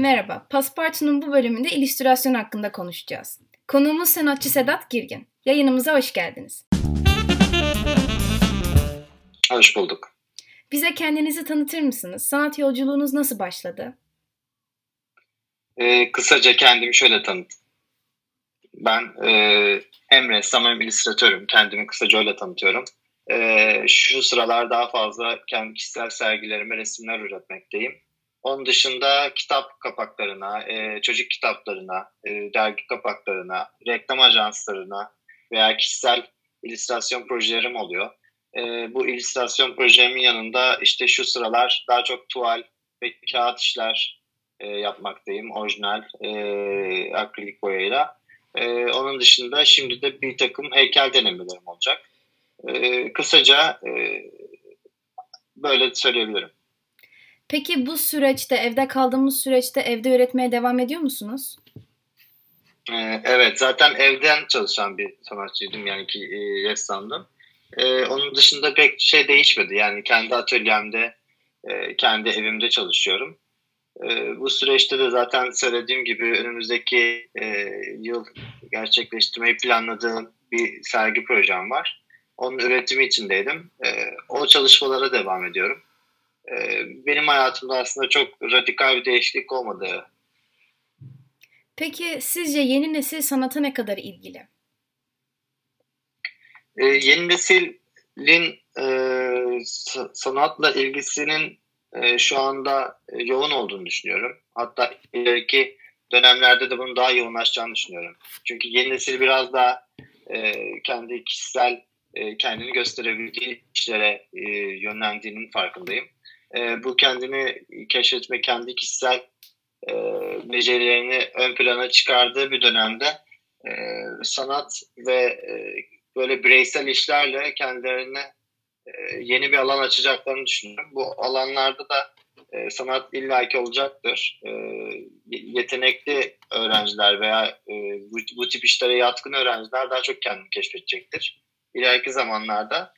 Merhaba, Paspartu'nun bu bölümünde illüstrasyon hakkında konuşacağız. Konuğumuz sanatçı Sedat Girgin. Yayınımıza hoş geldiniz. Hoş bulduk. Bize kendinizi tanıtır mısınız? Sanat yolculuğunuz nasıl başladı? Kısaca kendimi şöyle tanıtayım. Ben hem ressam hem illüstratörüm. Kendimi kısaca öyle tanıtıyorum. Şu sıralar daha fazla kendi kişisel sergilerime resimler üretmekteyim. Onun dışında kitap kapaklarına, çocuk kitaplarına, dergi kapaklarına, reklam ajanslarına veya kişisel illüstrasyon projelerim oluyor. Bu illüstrasyon projelerin yanında işte şu sıralar daha çok tuval ve kağıt işler yapmaktayım. Orijinal akrilik boyayla. Onun dışında şimdi de bir takım heykel denemelerim olacak. Kısaca böyle söyleyebilirim. Peki bu süreçte, evde kaldığımız süreçte evde üretmeye devam ediyor musunuz? Evet, zaten evden çalışan bir sanatçıydım, yani ki ressamdım. Onun dışında pek şey değişmedi. Yani kendi atölyemde, kendi evimde çalışıyorum. Bu süreçte de zaten söylediğim gibi önümüzdeki yıl gerçekleştirmeyi planladığım bir sergi projem var. Onun üretimi içindeydim. O çalışmalara devam ediyorum. Benim hayatımda aslında çok radikal bir değişiklik olmadı. Peki sizce yeni nesil sanata ne kadar ilgili? Yeni neslin sanatla ilgisinin şu anda yoğun olduğunu düşünüyorum. Hatta ileriki dönemlerde de bunun daha yoğunlaşacağını düşünüyorum. Çünkü yeni nesil biraz daha kendi kişisel kendini gösterebildiği işlere yönlendiğinin farkındayım. Bu kendini keşfetme, kendi kişisel becerilerini ön plana çıkardığı bir dönemde sanat ve böyle bireysel işlerle kendilerine yeni bir alan açacaklarını düşünüyorum. Bu alanlarda da sanat illaki olacaktır. Yetenekli öğrenciler veya bu tip işlere yatkın öğrenciler daha çok kendini keşfedecektir. İleriki zamanlarda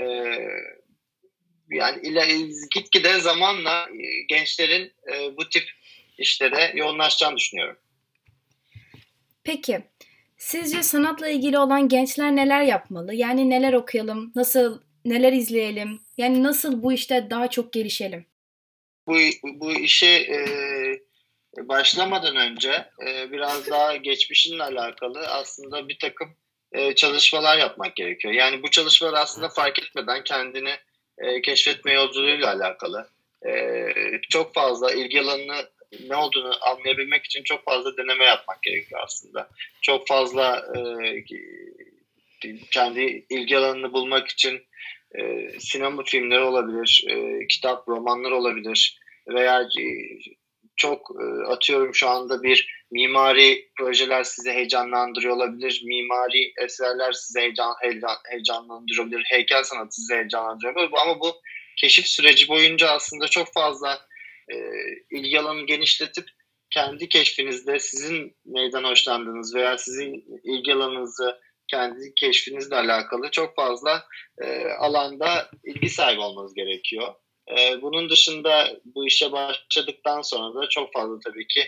yani gitgide zamanla gençlerin bu tip işlere yoğunlaşacağını düşünüyorum. Peki, sizce sanatla ilgili olan gençler neler yapmalı? Yani neler okuyalım, neler izleyelim? Yani nasıl bu işte daha çok gelişelim? Bu işe başlamadan önce biraz daha geçmişinle alakalı aslında bir takım çalışmalar yapmak gerekiyor. Yani bu çalışmalar aslında fark etmeden kendini keşfetme yolculuğuyla alakalı. Çok fazla ilgi alanını ne olduğunu anlayabilmek için çok fazla deneme yapmak gerekiyor aslında. Çok fazla kendi ilgi alanını bulmak için sinema filmleri olabilir, kitap, romanlar olabilir veya çok atıyorum şu anda bir mimari projeler sizi heyecanlandırıyor olabilir, mimari eserler sizi heyecanlandırıyor olabilir, heykel sanatı sizi heyecanlandırıyor olabilir. Ama bu keşif süreci boyunca aslında çok fazla ilgi alanını genişletip kendi keşfinizde sizin neyden hoşlandığınız veya sizin ilgi alanınızı kendi keşfinizle alakalı çok fazla alanda ilgi sahibi olmanız gerekiyor. Bunun dışında bu işe başladıktan sonra da çok fazla tabii ki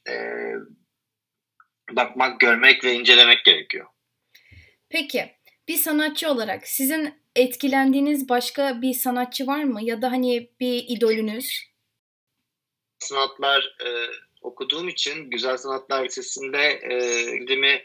bakmak, görmek ve incelemek gerekiyor. Peki, bir sanatçı olarak sizin etkilendiğiniz başka bir sanatçı var mı? Ya da hani bir idolünüz? Sanatlar okuduğum için Güzel Sanatlar Lisesi'nde ilgimi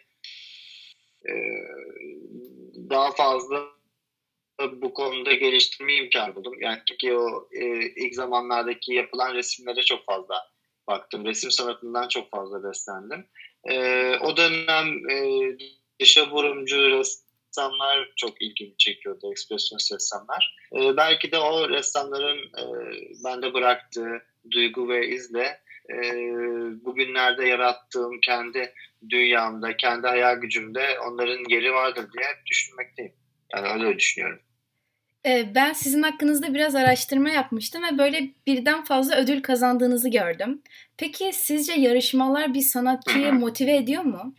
daha fazla bu konuda geliştirme imkanı buldum. Yani çünkü o ilk zamanlardaki yapılan resimlere çok fazla baktım. Resim sanatından çok fazla beslendim. O dönem dışa vurumcu ressamlar çok ilgimi çekiyordu, ekspresyonist ressamlar. Belki de o ressamların bende bıraktığı duygu ve izle bugünlerde yarattığım kendi dünyamda, kendi hayal gücümde onların yeri vardır diye düşünmekteyim. Yani öyle düşünüyorum. Ben sizin hakkınızda biraz araştırma yapmıştım ve böyle birden fazla ödül kazandığınızı gördüm. Peki sizce yarışmalar bir sanatçıyı motive ediyor mu?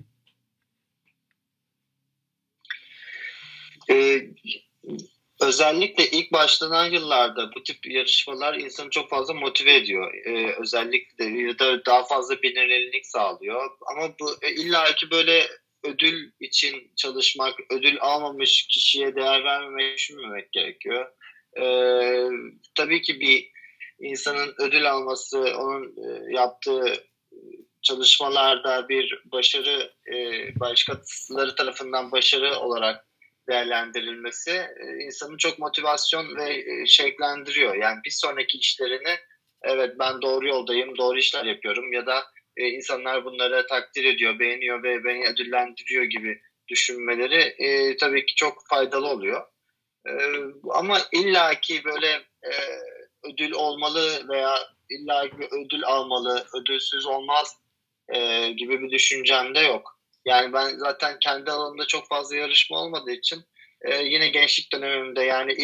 Özellikle ilk başlanan yıllarda bu tip yarışmalar insanı çok fazla motive ediyor. Özellikle ya da daha fazla bilinirlik sağlıyor. Ama bu illaki böyle ödül için çalışmak, ödül almamış kişiye değer vermemek, düşünmemek gerekiyor. Tabii ki bir insanın ödül alması, onun yaptığı çalışmalarda bir başarı, başkaları tarafından başarı olarak değerlendirilmesi insanı çok motivasyon ve şevklendiriyor. Yani bir sonraki işlerini evet ben doğru yoldayım, doğru işler yapıyorum ya da insanlar bunları takdir ediyor, beğeniyor ve beni ödüllendiriyor gibi düşünmeleri tabii ki çok faydalı oluyor. Ama illaki böyle ödül olmalı veya illaki bir ödül almalı, ödülsüz olmaz gibi bir düşüncem de yok. Yani ben zaten kendi alanımda çok fazla yarışma olmadığı için yine gençlik dönemimde yani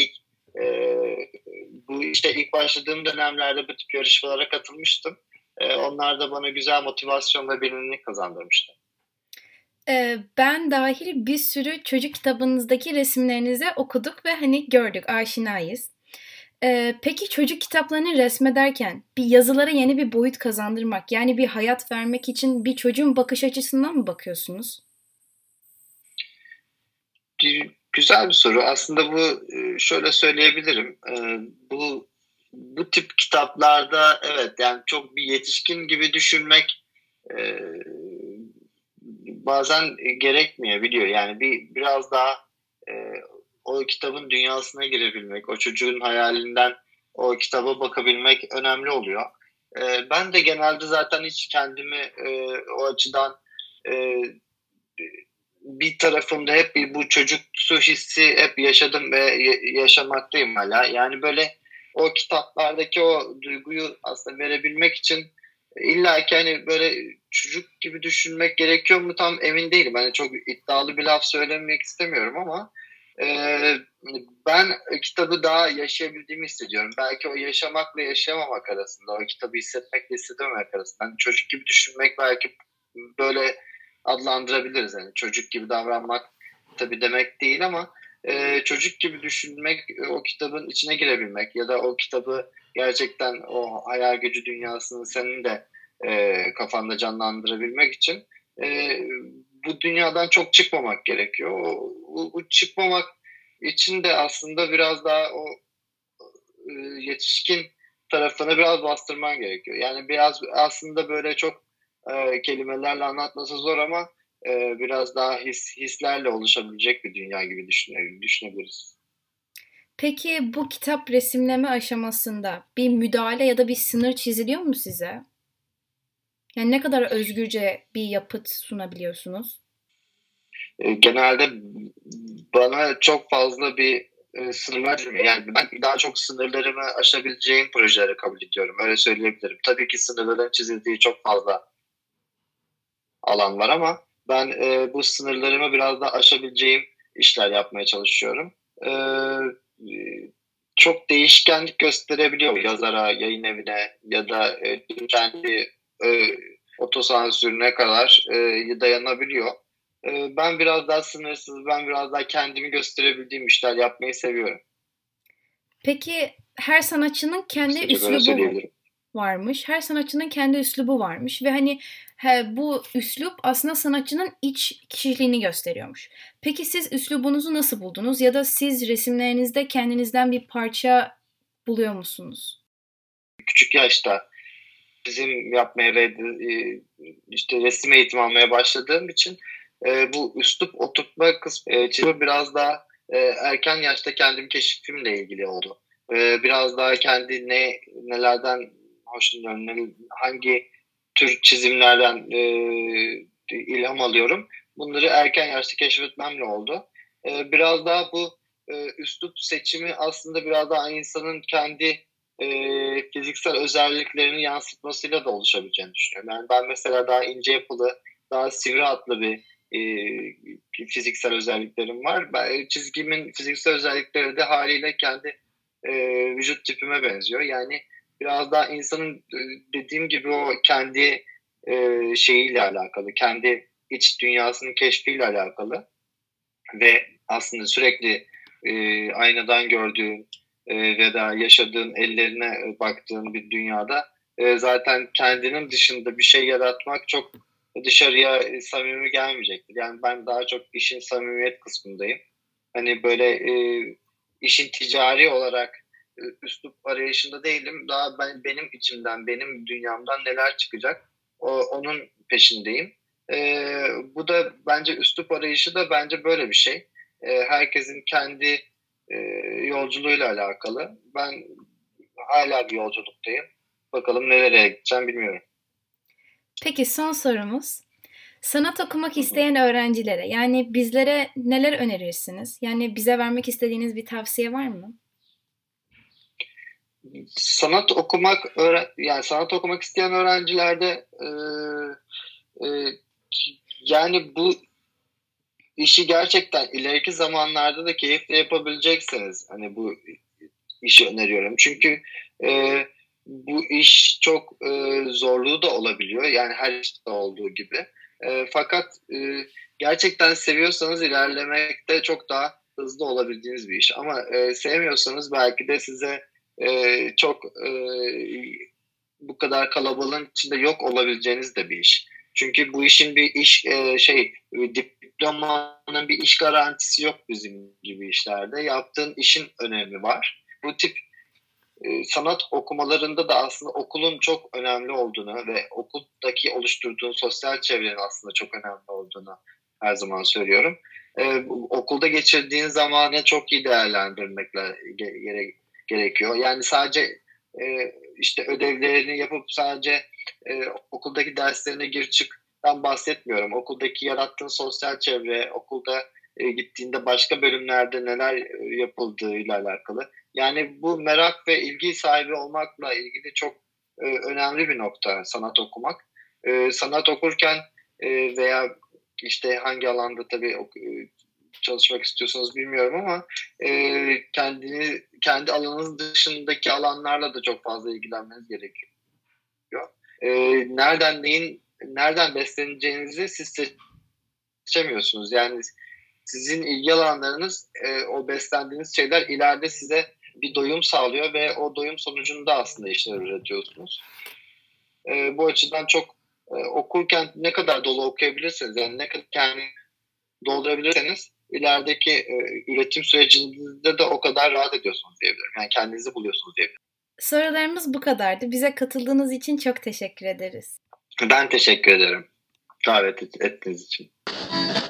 bu işte ilk başladığım dönemlerde bu tip yarışmalara katılmıştım. Onlar da bana güzel motivasyon ve bilinirlik kazandırmıştı. Ben dahil bir sürü çocuk kitabınızdaki resimlerinizi okuduk ve hani gördük, aşinayız. Peki çocuk kitaplarını resmederken bir yazılara yeni bir boyut kazandırmak, yani bir hayat vermek için bir çocuğun bakış açısından mı bakıyorsunuz? Güzel bir soru. Aslında bu şöyle söyleyebilirim. Bu tip kitaplarda evet yani çok bir yetişkin gibi düşünmek e, bazen gerekmeyebiliyor. Yani biraz daha e, o kitabın dünyasına girebilmek, o çocuğun hayalinden o kitaba bakabilmek önemli oluyor. Ben de genelde zaten hiç kendimi o açıdan e, bir tarafımda hep bu çocuksu hissi hep yaşadım ve yaşamaktayım hala. Yani böyle o kitaplardaki o duyguyu aslında verebilmek için illa ki hani böyle çocuk gibi düşünmek gerekiyor mu tam emin değilim. Hani çok iddialı bir laf söylemek istemiyorum ama e, ben kitabı daha yaşayabildiğimi hissediyorum. Belki o yaşamakla yaşayamamak arasında, o kitabı hissetmekle hissedememek arasında. Hani çocuk gibi düşünmek belki böyle adlandırabiliriz. Yani çocuk gibi davranmak tabii demek değil ama çocuk gibi düşünmek, o kitabın içine girebilmek ya da o kitabı gerçekten o hayal gücü dünyasını senin de kafanda canlandırabilmek için bu dünyadan çok çıkmamak gerekiyor. Bu çıkmamak için de aslında biraz daha o yetişkin tarafını biraz bastırman gerekiyor. Yani biraz aslında böyle çok kelimelerle anlatması zor ama biraz daha hislerle oluşabilecek bir dünya gibi düşünebiliriz. Peki bu kitap resimleme aşamasında bir müdahale ya da bir sınır çiziliyor mu size? Yani ne kadar özgürce bir yapıt sunabiliyorsunuz? Genelde bana çok fazla bir sınırlar yani ben daha çok sınırlarımı aşabileceğim projeleri kabul ediyorum. Öyle söyleyebilirim. Tabii ki sınırların çizildiği çok fazla alan var ama ben bu sınırlarımı biraz daha aşabileceğim işler yapmaya çalışıyorum. E, Çok değişkenlik gösterebiliyor yazara, yayın evine ya da kendi otosansürüne kadar dayanabiliyor. Ben biraz daha sınırsız, ben biraz daha kendimi gösterebildiğim işler yapmayı seviyorum. Peki her sanatçının kendi Kısaca böyle üslubu söyleyebilirim. varmış. Her sanatçının kendi üslubu varmış ve hani bu üslup aslında sanatçının iç kişiliğini gösteriyormuş. Peki siz üslubunuzu nasıl buldunuz ya da siz resimlerinizde kendinizden bir parça buluyor musunuz? Küçük yaşta çizim yapmaya ve işte resim eğitimi almaya başladığım için bu üslup oturtma kısmı çizimi biraz daha erken yaşta kendim keşfimle ilgili oldu. Biraz daha kendi nelerden hoşlanıyorum, hangi tür çizimlerden ilham alıyorum. Bunları erken yaşta keşfetmemle oldu. Biraz daha bu üslup seçimi aslında biraz daha insanın kendi fiziksel özelliklerini yansıtmasıyla da oluşabileceğini düşünüyorum. Yani ben mesela daha ince yapılı, daha sivri hatlı bir fiziksel özelliklerim var. Çizgimin fiziksel özellikleri de haliyle kendi vücut tipime benziyor. Yani biraz daha insanın dediğim gibi o kendi şeyiyle alakalı, kendi iç dünyasının keşfiyle alakalı ve aslında sürekli aynadan gördüğün ve da yaşadığın, ellerine baktığın bir dünyada zaten kendinin dışında bir şey yaratmak çok dışarıya samimi gelmeyecektir. Yani ben daha çok işin samimiyet kısmındayım. Hani böyle işin ticari olarak üslup arayışında değilim. Daha benim içimden, benim dünyamdan neler çıkacak onun peşindeyim. Bu da bence üslup arayışı da bence böyle bir şey. Herkesin kendi yolculuğuyla alakalı. Ben hala bir yolculuktayım. Bakalım nereye gideceğim bilmiyorum. Peki son sorumuz. Sanat okumak Hı hı. isteyen öğrencilere yani bizlere neler önerirsiniz? Yani bize vermek istediğiniz bir tavsiye var mı? Yani sanat okumak isteyen öğrencilerde e, yani bu işi gerçekten ileriki zamanlarda da keyifle yapabileceksiniz. Hani bu işi öneriyorum. Çünkü e, bu iş çok zorluğu da olabiliyor. Yani her işte olduğu gibi. Fakat gerçekten seviyorsanız ilerlemekte çok daha hızlı olabildiğiniz bir iş. Ama sevmiyorsanız belki de size çok bu kadar kalabalığın içinde yok olabileceğiniz de bir iş. Çünkü bu işin bir iş diplomanın bir iş garantisi yok bizim gibi işlerde. Yaptığın işin önemi var. Bu tip sanat okumalarında da aslında okulun çok önemli olduğunu ve okuldaki oluşturduğun sosyal çevrenin aslında çok önemli olduğunu her zaman söylüyorum. Okulda geçirdiğin zamanı çok iyi değerlendirmekle gerekiyor. Yani sadece işte ödevlerini yapıp sadece okuldaki derslerine gir çıktan bahsetmiyorum. Okuldaki yarattığın sosyal çevre, okulda gittiğinde başka bölümlerde neler yapıldığıyla alakalı. Yani bu merak ve ilgi sahibi olmakla ilgili çok önemli bir nokta sanat okumak. Sanat okurken veya işte hangi alanda tabii çalışmak istiyorsanız bilmiyorum ama kendi alanınız dışındaki alanlarla da çok fazla ilgilenmeniz gerekiyor. E, nereden besleneceğinizi siz seçemiyorsunuz. Yani sizin ilgi alanlarınız o beslendiğiniz şeyler ileride size bir doyum sağlıyor ve o doyum sonucunda aslında işler üretiyorsunuz. Bu açıdan çok okurken ne kadar dolu okuyabilirseniz yani ne kadar kendini doldurabilirseniz ilerideki üretim sürecinizde de o kadar rahat ediyorsunuz diyebilirim. Yani kendinizi buluyorsunuz diyebilirim. Sorularımız bu kadardı. Bize katıldığınız için çok teşekkür ederiz. Ben teşekkür ederim davet ettiğiniz için.